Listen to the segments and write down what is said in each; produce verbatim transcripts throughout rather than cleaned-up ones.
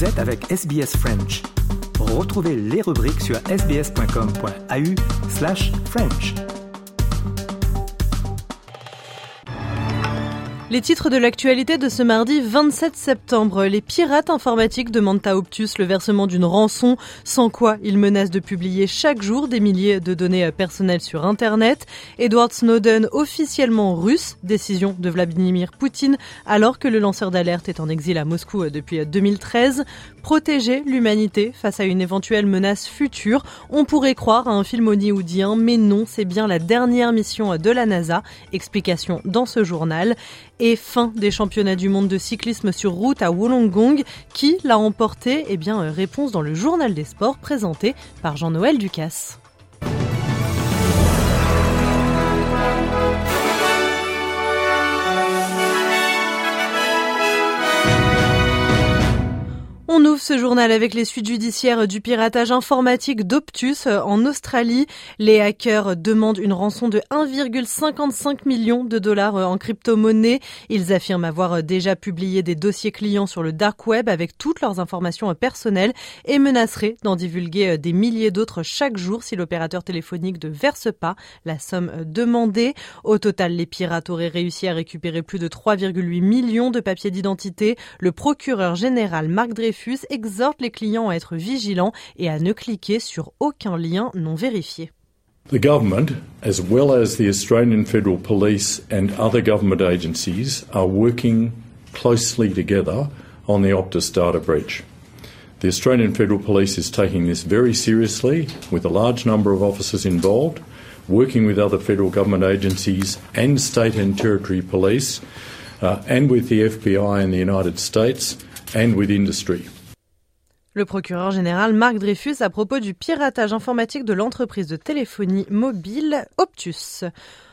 Vous êtes avec S B S French. Retrouvez les rubriques sur sbs.com.au slash French. Les titres de l'actualité de ce mardi vingt-sept septembre. Les pirates informatiques demandent à Optus le versement d'une rançon, sans quoi ils menacent de publier chaque jour des milliers de données personnelles sur Internet. Edward Snowden, officiellement russe, décision de Vladimir Poutine, alors que le lanceur d'alerte est en exil à Moscou depuis deux mille treize. Protéger l'humanité face à une éventuelle menace future. On pourrait croire à un film hollywoodien, mais non, c'est bien la dernière mission de la NASA. Explication dans ce journal. Et fin des championnats du monde de cyclisme sur route à Wollongong. Qui l'a emporté ? Eh bien, réponse dans le journal des sports présenté par Jean-Noël Ducasse. On ouvre ce journal avec les suites judiciaires du piratage informatique d'Optus en Australie. Les hackers demandent une rançon de un virgule cinquante-cinq million de dollars en crypto-monnaie. Ils affirment avoir déjà publié des dossiers clients sur le dark web avec toutes leurs informations personnelles et menaceraient d'en divulguer des milliers d'autres chaque jour si l'opérateur téléphonique ne verse pas la somme demandée. Au total, les pirates auraient réussi à récupérer plus de trois virgule huit millions de papiers d'identité. Le procureur général Mark Dreyfus exhorte les clients à être vigilants et à ne cliquer sur aucun lien non vérifié. The government, as well as the Australian Federal Police and other government agencies, are working closely together on the Optus data breach. The Australian Federal Police is taking this very seriously, with a large number of officers involved, working with other federal government agencies and state and territory police, uh, and with the F B I in the United States, and with industry. Le procureur général Mark Dreyfus à propos du piratage informatique de l'entreprise de téléphonie mobile Optus.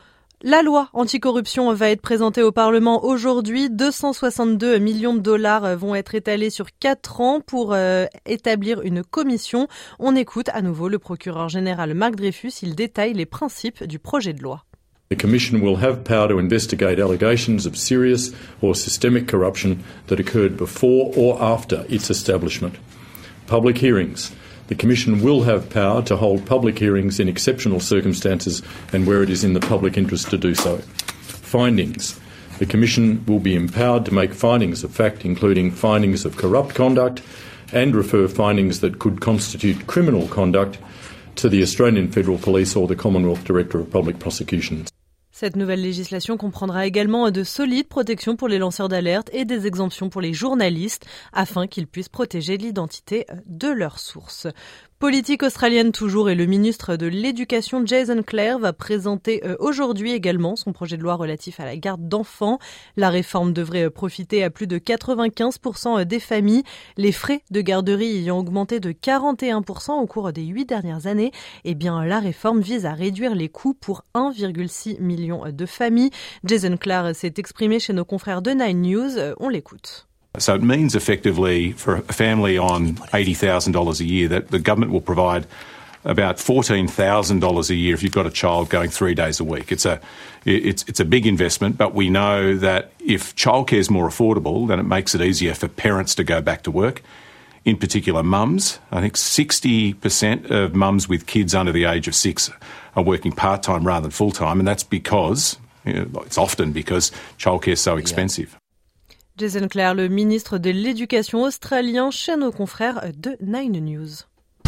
La loi anticorruption va être présentée au Parlement aujourd'hui. deux cent soixante-deux millions de dollars vont être étalés sur quatre ans pour euh, établir une commission. On écoute à nouveau le procureur général Mark Dreyfus. Il détaille les principes du projet de loi. The Commission will have power to investigate allegations of serious or systemic corruption that occurred before or after its establishment. Public hearings. The Commission will have power to hold public hearings in exceptional circumstances and where it is in the public interest to do so. Findings. The Commission will be empowered to make findings of fact, including findings of corrupt conduct, and refer findings that could constitute criminal conduct to the Australian Federal Police or the Commonwealth Director of Public Prosecutions. Cette nouvelle législation comprendra également de solides protections pour les lanceurs d'alerte et des exemptions pour les journalistes afin qu'ils puissent protéger l'identité de leurs sources. Politique australienne toujours et le ministre de l'Éducation Jason Clare va présenter aujourd'hui également son projet de loi relatif à la garde d'enfants. La réforme devrait profiter à plus de quatre-vingt-quinze pour cent des familles. Les frais de garderie ayant augmenté de quarante et un pour cent au cours des huit dernières années, eh bien la réforme vise à réduire les coûts pour un virgule six million de familles. Jason Clare s'est exprimé chez nos confrères de Nine News. On l'écoute. So it means effectively for a family on eighty thousand dollars a year that the government will provide about fourteen thousand dollars a year if you've got a child going three days a week. It's a, it's, it's a big investment, but we know that if childcare is more affordable, then it makes it easier for parents to go back to work. In particular, mums. I think sixty percent of mums with kids under the age of six are working part-time rather than full-time, and that's because, you know, it's often because childcare is so expensive. Jason Clare, le ministre de l'Éducation australien, chez nos confrères de Nine News.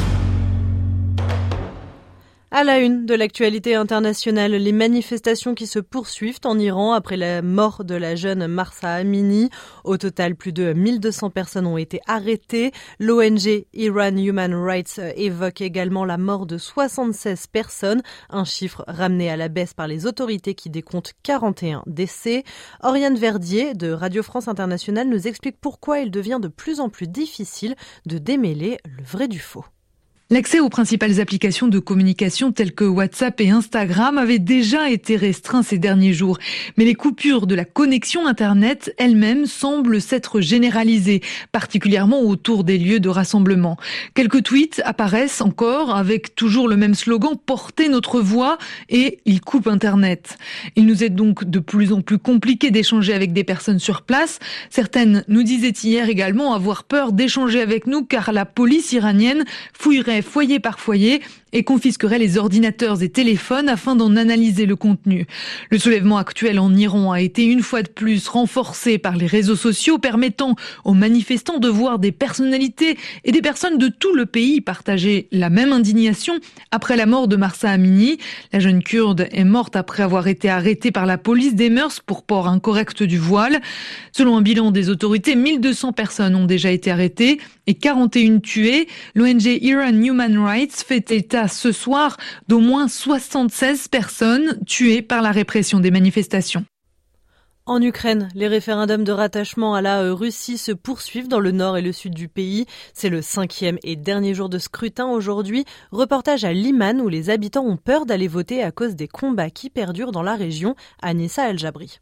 À la une de l'actualité internationale, les manifestations qui se poursuivent en Iran après la mort de la jeune Mahsa Amini. Au total, plus de mille deux cents personnes ont été arrêtées. L'O N G Iran Human Rights évoque également la mort de soixante-seize personnes, un chiffre ramené à la baisse par les autorités qui décomptent quarante et un décès. Oriane Verdier de Radio France Internationale nous explique pourquoi il devient de plus en plus difficile de démêler le vrai du faux. L'accès aux principales applications de communication telles que WhatsApp et Instagram avait déjà été restreint ces derniers jours. Mais les coupures de la connexion Internet elles-mêmes semblent s'être généralisées, particulièrement autour des lieux de rassemblement. Quelques tweets apparaissent encore avec toujours le même slogan « Portez notre voix » et « Ils coupent Internet ». Il nous est donc de plus en plus compliqué d'échanger avec des personnes sur place. Certaines nous disaient hier également avoir peur d'échanger avec nous car la police iranienne fouillerait foyer par foyer et confisquerait les ordinateurs et téléphones afin d'en analyser le contenu. Le soulèvement actuel en Iran a été une fois de plus renforcé par les réseaux sociaux, permettant aux manifestants de voir des personnalités et des personnes de tout le pays partager la même indignation après la mort de Mahsa Amini. La jeune Kurde est morte après avoir été arrêtée par la police des mœurs pour port incorrect du voile. Selon un bilan des autorités, mille deux cents personnes ont déjà été arrêtées et quarante et une tuées. L'O N G Iran Human Rights fait état ce soir d'au moins soixante-seize personnes tuées par la répression des manifestations. En Ukraine, les référendums de rattachement à la Russie se poursuivent dans le nord et le sud du pays. C'est le cinquième et dernier jour de scrutin aujourd'hui. Reportage à Liman où les habitants ont peur d'aller voter à cause des combats qui perdurent dans la région. Anissa El-Jabri.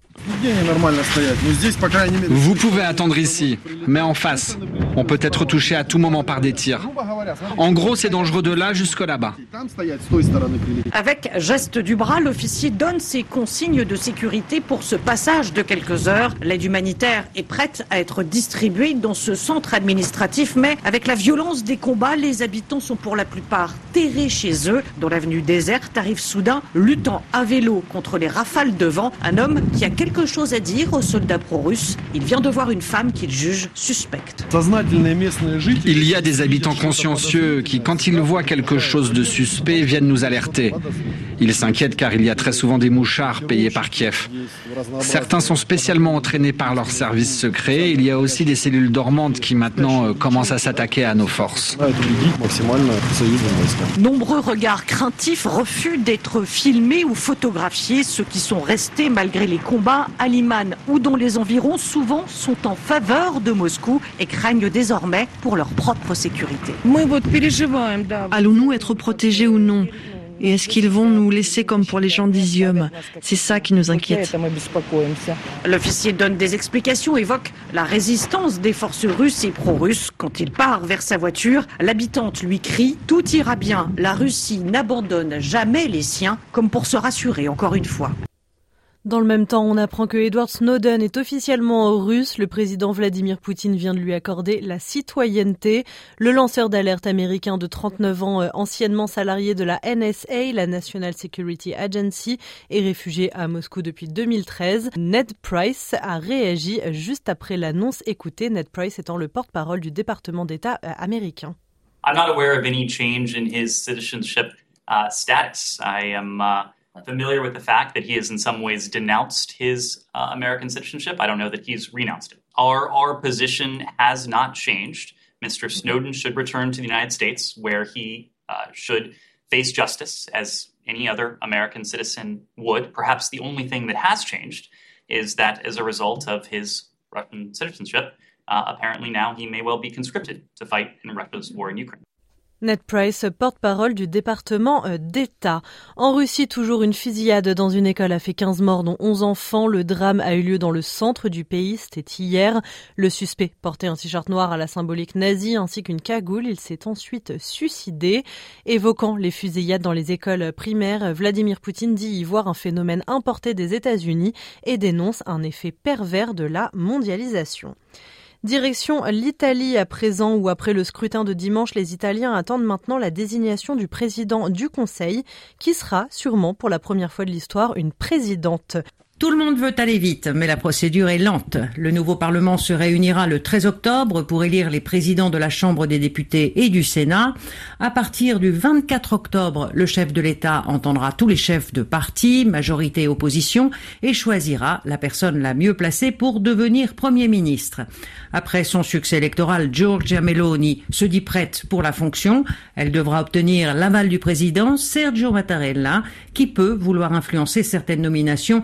Vous pouvez attendre ici, mais en face. On peut être touché à tout moment par des tirs. En gros, c'est dangereux de là jusque là-bas. Avec geste du bras, l'officier donne ses consignes de sécurité pour ce passage de quelques heures. L'aide humanitaire est prête à être distribuée dans ce centre administratif, mais avec la violence des combats, les habitants sont pour la plupart terrés chez eux. Dans l'avenue déserte arrive soudain, luttant à vélo contre les rafales de vent, un homme qui a quelque chose à dire aux soldats pro-russes. Il vient de voir une femme qu'il juge suspecte. Il y a des habitants consciencieux qui, quand ils voient quelque chose de suspect, viennent nous alerter. Ils s'inquiètent car il y a très souvent des mouchards payés par Kiev. Certains sont spécialement entraînés par leurs services secrets. Il y a aussi des cellules dormantes qui maintenant euh, commencent à s'attaquer à nos forces. Nombreux regards craintifs refusent d'être filmés ou photographiés. Ceux qui sont restés malgré les combats à Liman ou dans les environs souvent sont en faveur de Moscou et craignent désormais pour leur propre sécurité. Allons-nous être protégés ou non ? Et est-ce qu'ils vont nous laisser comme pour les gens d'Izium ? C'est ça qui nous inquiète. L'officier donne des explications, évoque la résistance des forces russes et pro-russes. Quand il part vers sa voiture, l'habitante lui crie « Tout ira bien, la Russie n'abandonne jamais les siens », comme pour se rassurer encore une fois. Dans le même temps, on apprend que Edward Snowden est officiellement russe. Le président Vladimir Poutine vient de lui accorder la citoyenneté. Le lanceur d'alerte américain de trente-neuf ans, anciennement salarié de la N S A, la National Security Agency, est réfugié à Moscou depuis deux mille treize. Ned Price a réagi juste après l'annonce. Écoutez, Ned Price étant le porte-parole du département d'État américain. I'm not aware of any change in his citizenship uh, status. I am uh... familiar with the fact that he has in some ways denounced his uh, American citizenship. I don't know that he's renounced it. Our, our position has not changed. Mister Snowden should return to the United States where he uh, should face justice as any other American citizen would. Perhaps the only thing that has changed is that as a result of his Russian citizenship, uh, apparently now he may well be conscripted to fight in Russia's war in Ukraine. Ned Price, porte-parole du département d'État. En Russie, toujours une fusillade dans une école a fait quinze morts, dont onze enfants. Le drame a eu lieu dans le centre du pays, c'était hier. Le suspect portait un t-shirt noir à la symbolique nazie ainsi qu'une cagoule. Il s'est ensuite suicidé. Évoquant les fusillades dans les écoles primaires, Vladimir Poutine dit y voir un phénomène importé des États-Unis et dénonce un effet pervers de la mondialisation. Direction l'Italie à présent, où après le scrutin de dimanche, les Italiens attendent maintenant la désignation du président du Conseil, qui sera sûrement pour la première fois de l'histoire une présidente. Tout le monde veut aller vite, mais la procédure est lente. Le nouveau Parlement se réunira le treize octobre pour élire les présidents de la Chambre des députés et du Sénat. À partir du vingt-quatre octobre, le chef de l'État entendra tous les chefs de parti, majorité et opposition, et choisira la personne la mieux placée pour devenir Premier ministre. Après son succès électoral, Giorgia Meloni se dit prête pour la fonction. Elle devra obtenir l'aval du président Sergio Mattarella, qui peut vouloir influencer certaines nominations si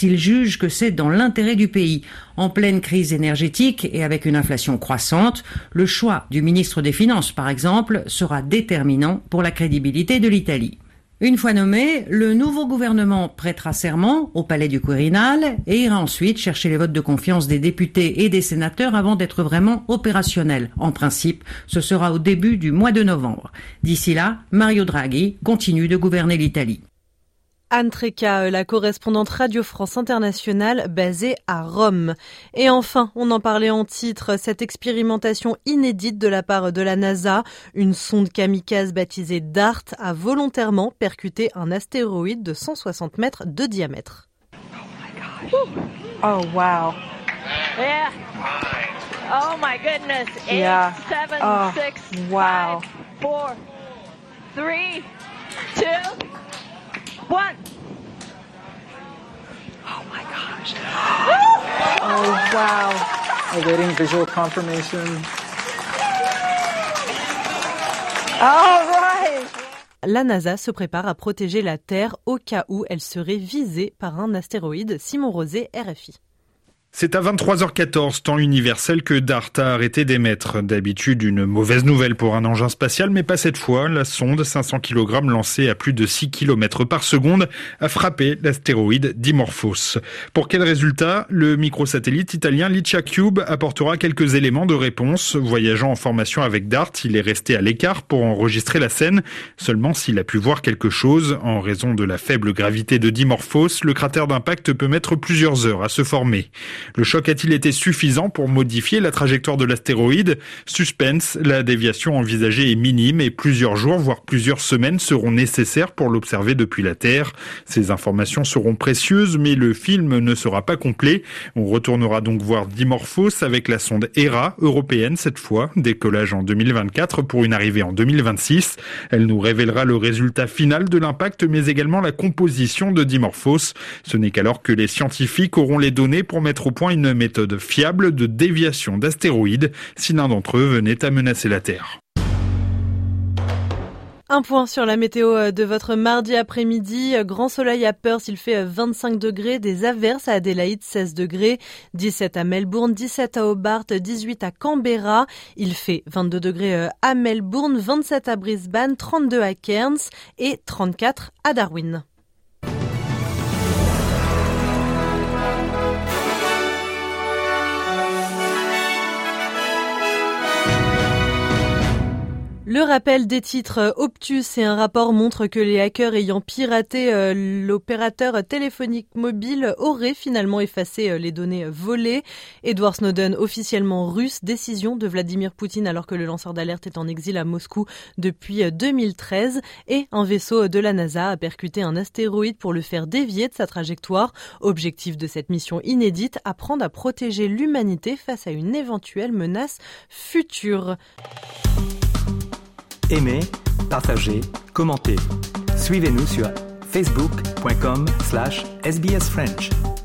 qu'il juge que c'est dans l'intérêt du pays. En pleine crise énergétique et avec une inflation croissante, le choix du ministre des Finances, par exemple, sera déterminant pour la crédibilité de l'Italie. Une fois nommé, le nouveau gouvernement prêtera serment au palais du Quirinal et ira ensuite chercher les votes de confiance des députés et des sénateurs avant d'être vraiment opérationnel. En principe, ce sera au début du mois de novembre. D'ici là, Mario Draghi continue de gouverner l'Italie. Anne Trecca, la correspondante Radio France Internationale basée à Rome. Et enfin, on en parlait en titre, cette expérimentation inédite de la part de la NASA, une sonde kamikaze baptisée DART a volontairement percuté un astéroïde de cent soixante mètres de diamètre. Oh my gosh. Oh wow. Yeah. Oh my goodness. Eight, yeah. seven, oh, six, wow. Five, four, three, two, one. Oh my gosh. Oh wow. Awaiting visual confirmation. All right. La NASA se prépare à protéger la Terre au cas où elle serait visée par un astéroïde. Simon Rosé, R F I. C'est à vingt-trois heures quatorze, temps universel, que DART a arrêté d'émettre. D'habitude, une mauvaise nouvelle pour un engin spatial, mais pas cette fois. La sonde, cinq cents kilogrammes lancée à plus de six kilomètres par seconde, a frappé l'astéroïde Dimorphos. Pour quel résultat? Le microsatellite italien LiCiaCube apportera quelques éléments de réponse. Voyageant en formation avec DART, il est resté à l'écart pour enregistrer la scène. Seulement s'il a pu voir quelque chose, en raison de la faible gravité de Dimorphos, le cratère d'impact peut mettre plusieurs heures à se former. Le choc a-t-il été suffisant pour modifier la trajectoire de l'astéroïde? Suspense, la déviation envisagée est minime et plusieurs jours, voire plusieurs semaines seront nécessaires pour l'observer depuis la Terre. Ces informations seront précieuses, mais le film ne sera pas complet. On retournera donc voir Dimorphos avec la sonde Hera, européenne cette fois, décollage en deux mille vingt-quatre pour une arrivée en deux mille vingt-six. Elle nous révélera le résultat final de l'impact, mais également la composition de Dimorphos. Ce n'est qu'alors que les scientifiques auront les données pour mettre au point une méthode fiable de déviation d'astéroïdes si l'un d'entre eux venait à menacer la Terre. Un point sur la météo de votre mardi après-midi. Grand soleil à Perth, il fait vingt-cinq degrés. Des averses à Adélaïde, seize degrés. dix-sept à Melbourne, dix-sept à Hobart, dix-huit à Canberra. Il fait vingt-deux degrés à Melbourne, vingt-sept à Brisbane, trente-deux à Cairns et trente-quatre à Darwin. Le rappel des titres Optus et un rapport montre que les hackers ayant piraté euh, l'opérateur téléphonique mobile auraient finalement effacé euh, les données volées. Edward Snowden, officiellement russe, décision de Vladimir Poutine alors que le lanceur d'alerte est en exil à Moscou depuis euh, deux mille treize. Et un vaisseau de la NASA a percuté un astéroïde pour le faire dévier de sa trajectoire. Objectif de cette mission inédite, apprendre à protéger l'humanité face à une éventuelle menace future. Aimez, partagez, commentez. Suivez-nous sur facebook point com slash S B S French.